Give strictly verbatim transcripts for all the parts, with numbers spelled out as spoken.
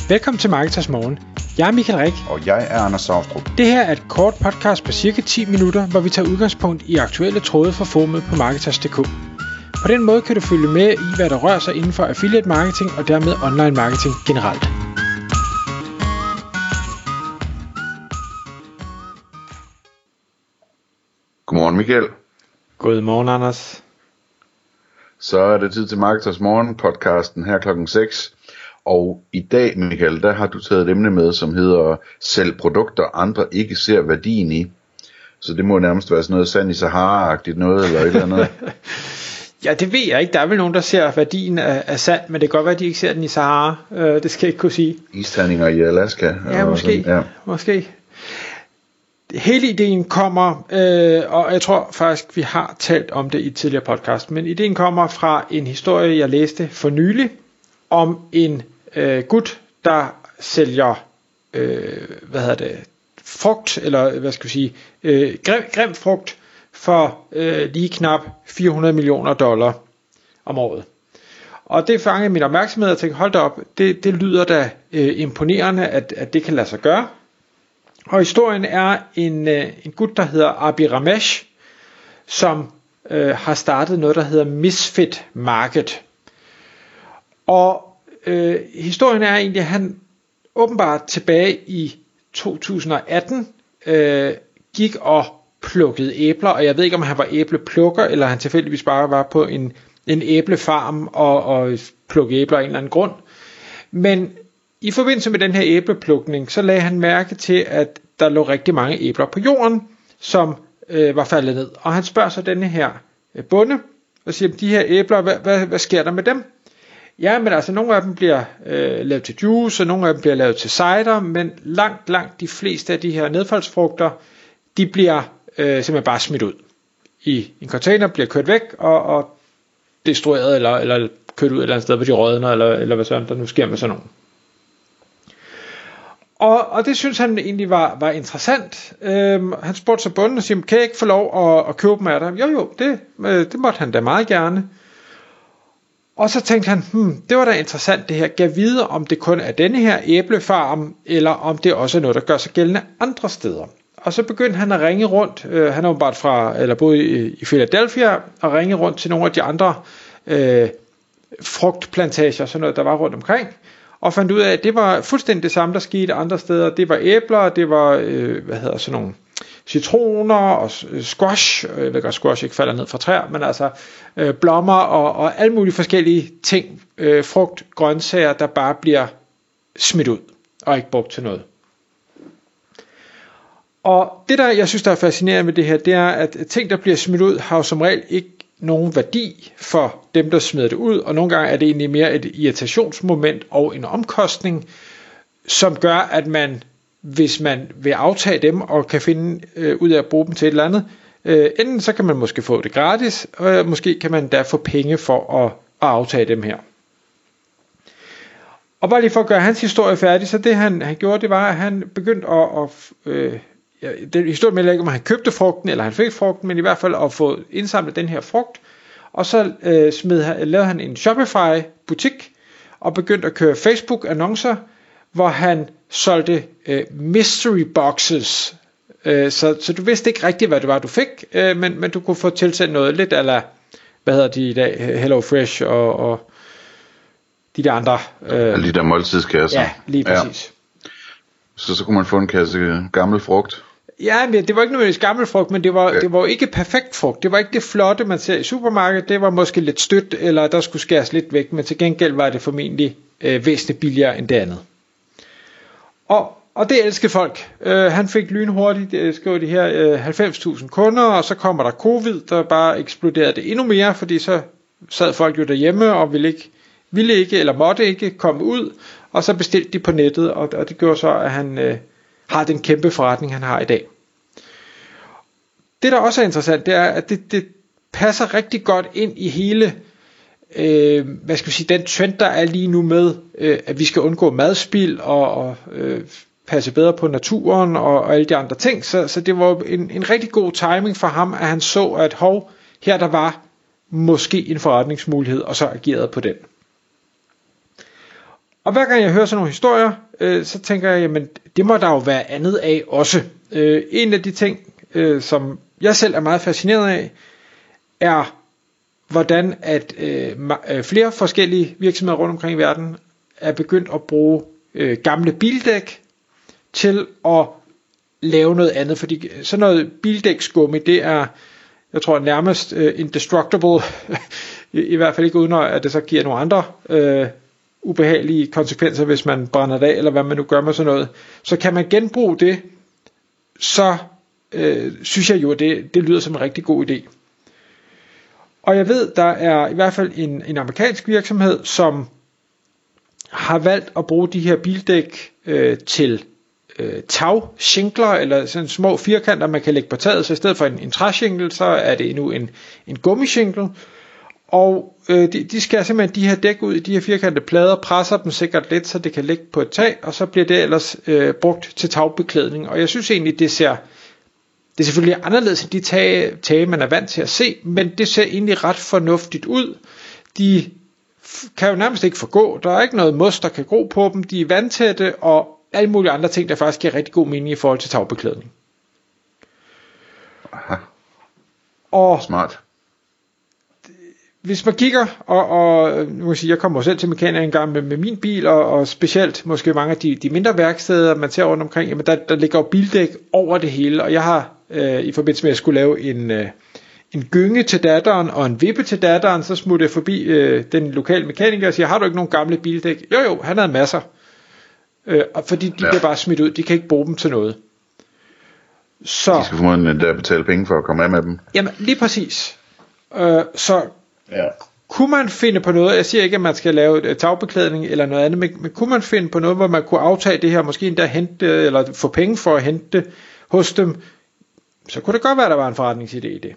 Velkommen til Marketers Morgen. Jeg er Michael Rik. Og jeg er Anders Saustrup. Det her er et kort podcast på cirka ti minutter, hvor vi tager udgangspunkt i aktuelle tråde fra forumet på Marketers punktum d k. På den måde kan du følge med i, hvad der rører sig inden for affiliate marketing og dermed online marketing generelt. Godmorgen Michael. Godmorgen Anders. Så er det tid til Marketers Morgen podcasten her klokken seks. Og i dag, Michael, der har du taget et emne med, som hedder sælg produkter, andre ikke ser værdien i. Så det må nærmest være sådan noget Sand i Sahara-agtigt noget, eller et eller andet. Ja, det ved jeg ikke. Der er vel nogen, der ser værdien af, af sand, men det kan godt være, at de ikke ser den i Sahara. Øh, det skal jeg ikke kunne sige. Isterninger i Alaska. Ja, måske. Ja. måske. Hele ideen kommer, øh, og jeg tror faktisk, vi har talt om det i et tidligere podcast, men ideen kommer fra en historie, jeg læste for nylig, om en øh, gut, der sælger, øh, hvad hedder det, frugt, eller hvad skal vi sige, øh, grim, grim frugt, for øh, lige knap fire hundrede millioner dollar om året. Og det fangede min opmærksomhed, og jeg tænkte, hold da op, det, det lyder da øh, imponerende, at, at det kan lade sig gøre. Og historien er en, øh, en gut, der hedder Abi Ramesh, som øh, har startet noget, der hedder Misfit Market. Og øh, historien er egentlig, at han åbenbart tilbage i to tusind og atten øh, gik og plukkede æbler, og jeg ved ikke, om han var æbleplukker, eller han tilfældigvis bare var på en, en æblefarm og, og plukkede æbler af en eller anden grund. Men i forbindelse med den her æbleplukning, så lagde han mærke til, at der lå rigtig mange æbler på jorden, som øh, var faldet ned. Og han spørger så denne her øh, bonde, og siger, de her æbler, hvad, hvad, hvad sker der med dem? Ja, men altså, nogle af dem bliver øh, lavet til juice, og nogle af dem bliver lavet til cider, men langt, langt de fleste af de her nedfaldsfrugter, de bliver øh, simpelthen bare smidt ud i en container, bliver kørt væk og, og destrueret, eller, eller kørt ud et eller andet sted, hvor de rådner, eller, eller hvad sådan der nu sker med sådan nogen. Og, og det synes han egentlig var, var interessant. Øhm, han spurgte så bunden og siger, kan jeg ikke få lov at, at købe dem af dig? Jo jo, det, øh, det måtte han da meget gerne. Og så tænkte han, hmm, det var da interessant det her. Gav vide, om det kun er denne her æblefarm, eller om det også er noget, der gør sig gældende andre steder. Og så begyndte han at ringe rundt. Øh, han er jo bare fra, eller boede i, i Philadelphia, og ringe rundt til nogle af de andre øh, frugtplantager, sådan noget, der var rundt omkring. Og fandt ud af, at det var fuldstændig det samme, der skete andre steder. Det var æbler, det var, øh, hvad hedder sådan nogle, citroner og squash. Jeg ved godt, squash ikke falder ned fra træer, men altså øh, blommer og, og alle mulige forskellige ting, øh, frugt, grøntsager, der bare bliver smidt ud og ikke brugt til noget. Og det der, jeg synes, der er fascinerende med det her, det er, at ting, der bliver smidt ud, har jo som regel ikke nogen værdi for dem, der smider det ud, og nogle gange er det egentlig mere et irritationsmoment og en omkostning, som gør, at man, hvis man vil aftage dem og kan finde øh, ud af at bruge dem til et eller andet, øh, enten så kan man måske få det gratis, og måske kan man da få penge for at, at aftage dem her. Og bare lige for at gøre hans historie færdig, så det han, han gjorde, det var, at han begyndte at, at øh, ja, den historie med ikke, om han købte frugten, eller han fik frugten, men i hvert fald at få indsamlet den her frugt, og så øh, smed, lavede han en Shopify butik, og begyndte at køre Facebook-annoncer, hvor han solgte øh, mystery boxes, øh, så, så du vidste ikke rigtigt, hvad det var, du fik, øh, men, men du kunne få tilsendt noget lidt ala, hvad hedder de i dag, Hello Fresh og, og de der andre. Øh, de der måltidskasser. Ja, lige præcis. Ja. Så, så kunne man få en kasse gammel frugt. Ja, men det var ikke nødvendigvis gammel frugt, men det var, ja. det var jo ikke perfekt frugt. Det var ikke det flotte, man ser i supermarkedet. Det var måske lidt stødt, eller der skulle skæres lidt væk, men til gengæld var det formentlig øh, væsentligt billigere end det andet. Og, og det elskede folk. Øh, han fik lynhurtigt, øh, skrev de her øh, halvfems tusind kunder, og så kommer der covid, der bare eksploderede det endnu mere, fordi så sad folk jo derhjemme og ville ikke, ville ikke eller måtte ikke komme ud, og så bestilte de på nettet, og, og det gjorde så, at han øh, har den kæmpe forretning, han har i dag. Det, der også er interessant, det er, at det, det passer rigtig godt ind i hele øh, hvad skal vi sige, den trend, der er lige nu med, øh, at vi skal undgå madspild og, og øh, passe bedre på naturen og, og alle de andre ting. Så, så det var en, en rigtig god timing for ham, at han så, at hov, her der var måske en forretningsmulighed, og så agerede på den. Og hver gang jeg hører sådan nogle historier, øh, så tænker jeg, jamen det må der jo være andet af også. Øh, en af de ting, øh, som jeg selv er meget fascineret af, er hvordan at øh, flere forskellige virksomheder rundt omkring i verden er begyndt at bruge øh, gamle bildæk til at lave noget andet. Fordi sådan noget bildæksgummi, det er, jeg tror nærmest øh, indestructible, I, i hvert fald ikke uden at det så giver nogle andre øh, ubehagelige konsekvenser, hvis man brænder det af, eller hvad man nu gør med sådan noget. Så kan man genbruge det, så øh, synes jeg jo, at det, det lyder som en rigtig god idé. Og jeg ved, der er i hvert fald en, en amerikansk virksomhed, som har valgt at bruge de her bildæk øh, til øh, tagshingler, eller sådan små firkanter, man kan lægge på taget. Så i stedet for en, en træshingle, så er det nu en, en gummishingle. Og øh, de, de skærer simpelthen de her dæk ud i de her firkantede plader, presser dem sikkert lidt, så det kan ligge på et tag, og så bliver det ellers øh, brugt til tagbeklædning. Og jeg synes egentlig, det ser... Det er selvfølgelig anderledes end de tage, tage, man er vant til at se, men det ser egentlig ret fornuftigt ud. De kan jo nærmest ikke forgå. Der er ikke noget mos, der kan gro på dem. De er vandtætte og alle mulige andre ting, der faktisk giver rigtig god mening i forhold til tagbeklædning. Aha. Og smart. Hvis man kigger, og, og nu må sige, jeg kommer selv til mekaniker en gang med, med min bil, og, og specielt måske mange af de, de mindre værksteder, man ser rundt omkring, jamen der, der ligger jo bildæk over det hele, og jeg har øh, i forbindelse med, at jeg skulle lave en, øh, en gynge til datteren, og en vippe til datteren, så smuttede jeg forbi øh, den lokale mekaniker og siger, har du ikke nogen gamle bildæk? Jo jo, han havde masser, øh, fordi de ja. bliver bare smidt ud, de kan ikke bruge dem til noget. Så, de skal formodentlig betale penge for at komme af med dem. Jamen lige præcis. Øh, så ja. Kunne man finde på noget, jeg siger ikke, at man skal lave et tagbeklædning eller noget andet, men, men kunne man finde på noget, hvor man kunne aftage det her, måske endda hente, eller få penge for at hente det hos dem, så kunne det godt være, at der var en forretningsidé i det.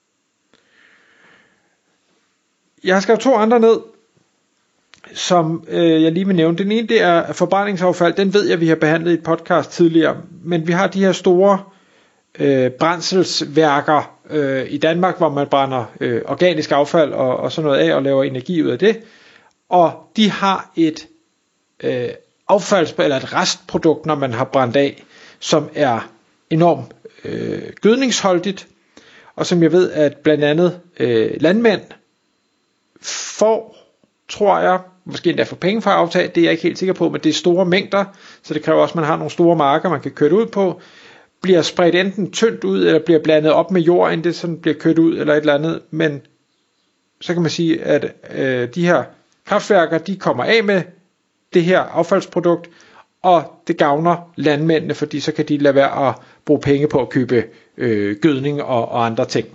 Jeg har skrevet to andre ned, som øh, jeg lige vil nævne. Den ene, det er forbrændingsaffald. Den ved jeg, vi har behandlet i et podcast tidligere, men vi har de her store øh, brændselsværker øh, i Danmark, hvor man brænder øh, organisk affald og, og sådan noget af og laver energi ud af det. Og de har et øh, affalds- eller et restprodukt, når man har brændt af, som er enormt øh, gødningsholdigt, og som jeg ved, at blandt andet øh, landmænd får, tror jeg, måske endda for penge for at aftage, det er jeg ikke helt sikker på, men det er store mængder, så det kræver også, at man har nogle store marker, man kan køre det ud på, bliver spredt enten tyndt ud, eller bliver blandet op med jord, inden det sådan bliver kørt ud, eller et eller andet, men så kan man sige, at øh, de her kraftværker, de kommer af med det her affaldsprodukt, og det gavner landmændene, fordi så kan de lade være at bruge penge på at købe øh, gødning og, og andre ting.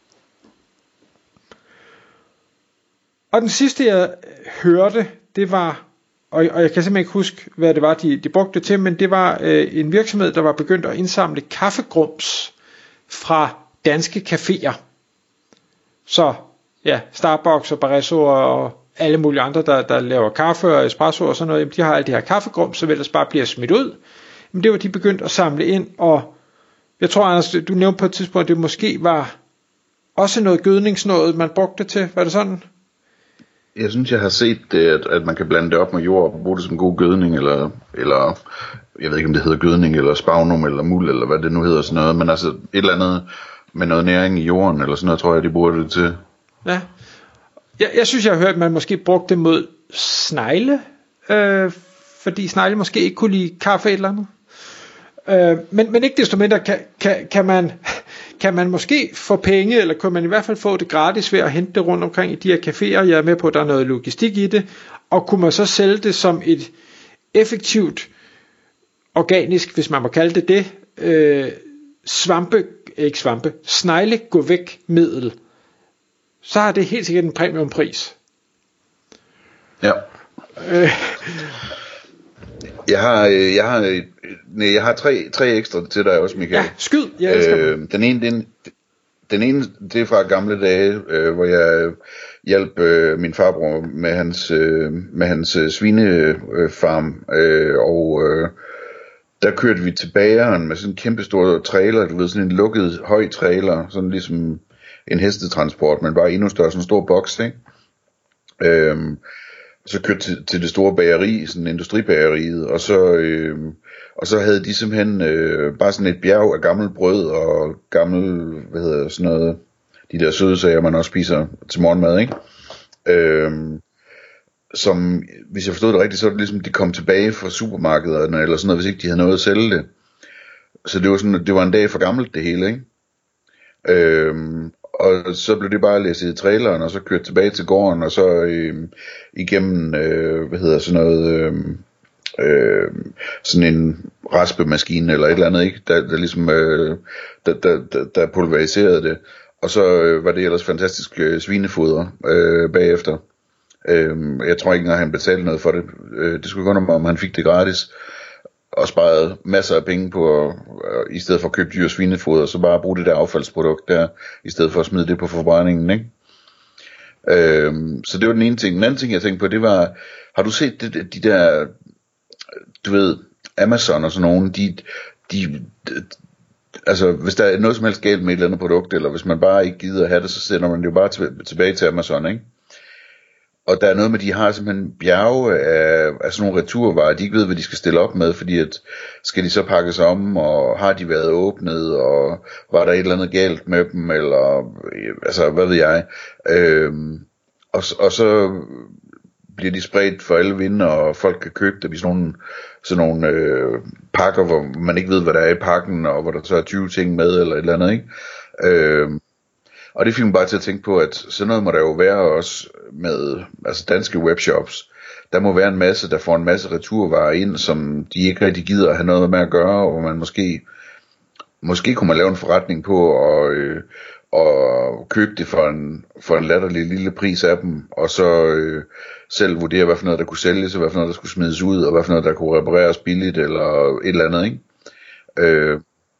Og den sidste jeg hørte, det var, og, og jeg kan simpelthen ikke huske, hvad det var, de, de brugte det til, men det var øh, en virksomhed, der var begyndt at indsamle kaffegrums fra danske caféer. Så ja, Starbucks og Barresso og alle mulige andre, der, der laver kaffe og espresso og sådan noget, jamen, de har alle de her kaffegrums, så vil ellers bare blive smidt ud. Men det var de begyndt at samle ind, og jeg tror, Anders, du nævnte på et tidspunkt, at det måske var også noget gødningsnåde, man brugte det til. Var det sådan? Jeg synes, jeg har set det, at, at man kan blande det op med jord og bruge det som god gødning, eller, eller jeg ved ikke, om det hedder gødning, eller spagnum, eller muld, eller hvad det nu hedder, sådan noget, men altså et eller andet med noget næring i jorden, eller sådan noget, tror jeg, de bruger det til. Ja. Jeg, jeg synes, jeg har hørt, at man måske brugte det mod snegle, øh, fordi snegle måske ikke kunne lide kaffe eller andet. Øh, men, men ikke desto mindre kan, kan, kan, man, kan man måske få penge, eller kan man i hvert fald få det gratis ved at hente det rundt omkring i de her caféer. Jeg er med på, at der er noget logistik i det, og kunne man så sælge det som et effektivt, organisk, hvis man må kalde det det, øh, svampe, ikke svampe, snegle gå væk middel, så har det helt sikkert en premiumpris. Ja. Øh. Jeg har, jeg har, nej, jeg har tre, tre ekstra til dig også, Michael. Ja, skyd. Jeg elsker øh, den ene, den, den ene, det er fra gamle dage, øh, hvor jeg hjalp øh, min farbror med hans, øh, med hans øh, svinefarm, øh, og øh, der kørte vi til bageren med sådan en kæmpe stor trailer, du ved, sådan en lukket høj trailer, sådan ligesom en hestetransport, men bare endnu større, sådan en stor boks, ikke? Øhm, så kørte til, til det store bageri, sådan industribageriet, og så, øh, og så havde de simpelthen øh, bare sådan et bjerg af gammelt brød og gammel, hvad hedder sådan noget, de der søde sager, man også spiser til morgenmad, ikke? Øh, som, hvis jeg forstod det rigtigt, så var det ligesom, de kom tilbage fra supermarkederne, eller sådan noget, hvis ikke de havde noget at sælge det. Så det var sådan, det var en dag for gammelt det hele, ikke? Øh, Og så blev det bare læsset i traileren, og så kørt tilbage til gården, og så øh, igennem, øh, hvad hedder sådan noget, øh, øh, sådan en raspemaskine eller et eller andet, ikke? Der, der ligesom, øh, der, der, der, der pulveriserede det. Og så øh, var det ellers fantastisk øh, svinefoder øh, bagefter. Øh, jeg tror ikke engang, han betalte noget for det. Øh, det skulle godt om, han fik det gratis. Og sparede masser af penge på, øh, i stedet for at købe dyr svinefoder, så bare bruge det der affaldsprodukt der, i stedet for at smide det på forbrændingen, ikke? Øhm, så det var den ene ting. Den anden ting, jeg tænkte på, det var, har du set det, de der, du ved, Amazon og sådan nogen, de, de, de, altså hvis der er noget som helst galt med et eller andet produkt, eller hvis man bare ikke gider at have det, så sender man det jo bare til, tilbage til Amazon, ikke? Og der er noget med, de har simpelthen bjerge af, af sådan nogle returvarer, de ikke ved, hvad de skal stille op med, fordi at, skal de så pakkes om, og har de været åbnet, og var der et eller andet galt med dem, eller, altså, hvad ved jeg. Øhm, og, og så bliver de spredt for alle vinde, og folk kan købe dem i sådan nogle, sådan nogle øh, pakker, hvor man ikke ved, hvad der er i pakken, og hvor der så er tyve ting med, eller et eller andet, ikke? Øhm, Og det fik mig bare til at tænke på, at sådan noget må der jo være også med altså danske webshops. Der må være en masse, der får en masse returvarer ind, som de ikke rigtig gider at have noget med at gøre, og man måske, måske kunne man lave en forretning på og, øh, og købe det for en, for en latterlig lille pris af dem, og så øh, selv vurdere, hvad for noget der kunne sælges, og hvad for noget der skulle smides ud, og hvad for noget der kunne repareres billigt, eller et eller andet, ikke? Øh,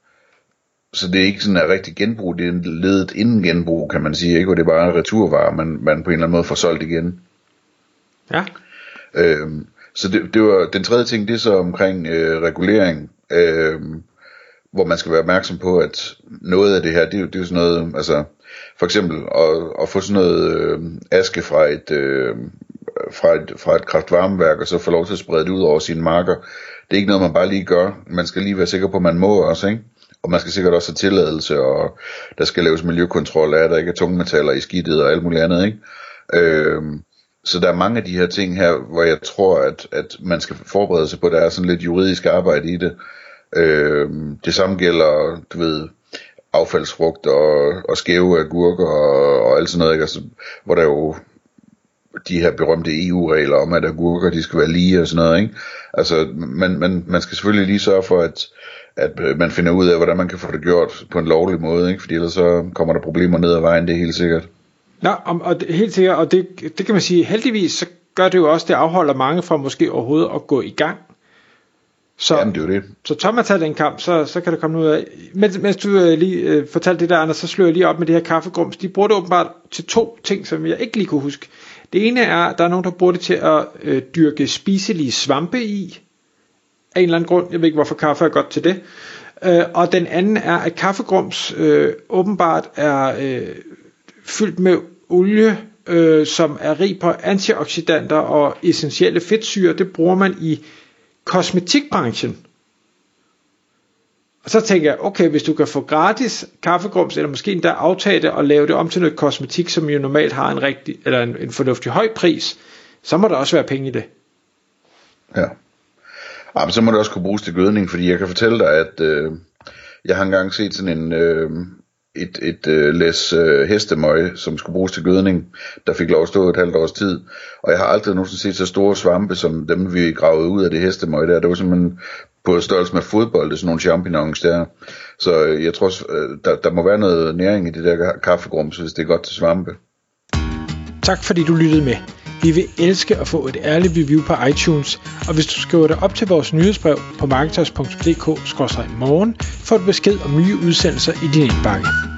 Så det er ikke sådan en rigtig genbrug, det er ledet inden genbrug, kan man sige, ikke? Og det er bare returvarer, man, man på en eller anden måde får solgt igen. Ja. Øhm, så det, det var den tredje ting, det er så omkring øh, regulering, øh, hvor man skal være opmærksom på, at noget af det her, det er jo, det er jo sådan noget, altså for eksempel at, at få sådan noget øh, aske fra et, øh, fra et, fra et kraftvarmeværk, og så få lov til at sprede det ud over sine marker. Det er ikke noget, man bare lige gør. Man skal lige være sikker på, at man må også, ikke? Og man skal sikkert også have tilladelse, og der skal laves miljøkontrol af, der ikke er tungmetaller i skidtet og alt muligt andet, ikke? Øhm, så der er mange af de her ting her, hvor jeg tror, at, at man skal forberede sig på, at der er sådan lidt juridisk arbejde i det. Øhm, det samme gælder, du ved, affaldsfrugt og, og skæve agurker og, og alt sådan noget, ikke? Altså, hvor der jo de her berømte E U-regler om, at agurker, de skal være lige og sådan noget, ikke? Altså, man, man, man skal selvfølgelig lige sørge for, at at man finder ud af, hvordan man kan få det gjort på en lovlig måde, ikke? Fordi ellers så kommer der problemer ned ad vejen, det er helt sikkert. Ja, og, og det, helt sikkert, og det, det kan man sige, heldigvis, så gør det jo også, det afholder mange fra måske overhovedet at gå i gang. Så, Jamen, det er jo det. Så tør man tage den kamp, så, så kan der komme noget af. Mens, mens du øh, lige øh, fortalte det der, Anders, så slår jeg lige op med det her kaffegrums. De bruger det åbenbart til to ting, som jeg ikke lige kunne huske. Det ene er, at der er nogen, der bruger det til at øh, dyrke spiselige svampe i, af en eller anden grund. Jeg ved ikke, hvorfor kaffe er godt til det. Øh, og den anden er, at kaffegrums øh, åbenbart er øh, fyldt med olie, øh, som er rig på antioxidanter og essentielle fedtsyrer. Det bruger man i kosmetikbranchen. Og så tænker jeg, okay, hvis du kan få gratis kaffegrums, eller måske endda aftage det og lave det om til noget kosmetik, som jo normalt har en rigtig, eller en, en fornuftig høj pris, så må der også være penge i det. Ja. Ah, men så må det også kunne bruges til gødning, fordi jeg kan fortælle dig, at øh, jeg har engang set sådan en øh, et, et øh, læs øh, hestemøg, som skulle bruges til gødning, der fik lov at stå et halvt års tid, og jeg har aldrig nogensinde set så store svampe, som dem vi gravede ud af det hestemøg der. Det var simpelthen på størrelse med fodbold, det er sådan nogle champignons der, så øh, jeg tror, øh, der, der må være noget næring i det der kaffegrums, hvis det er godt til svampe. Tak fordi du lyttede med. Vi vil elske at få et ærligt review på iTunes, og hvis du skriver dig op til vores nyhedsbrev på marketers punktum d k skråstreg morgen, får du besked om nye udsendelser i din indbakke.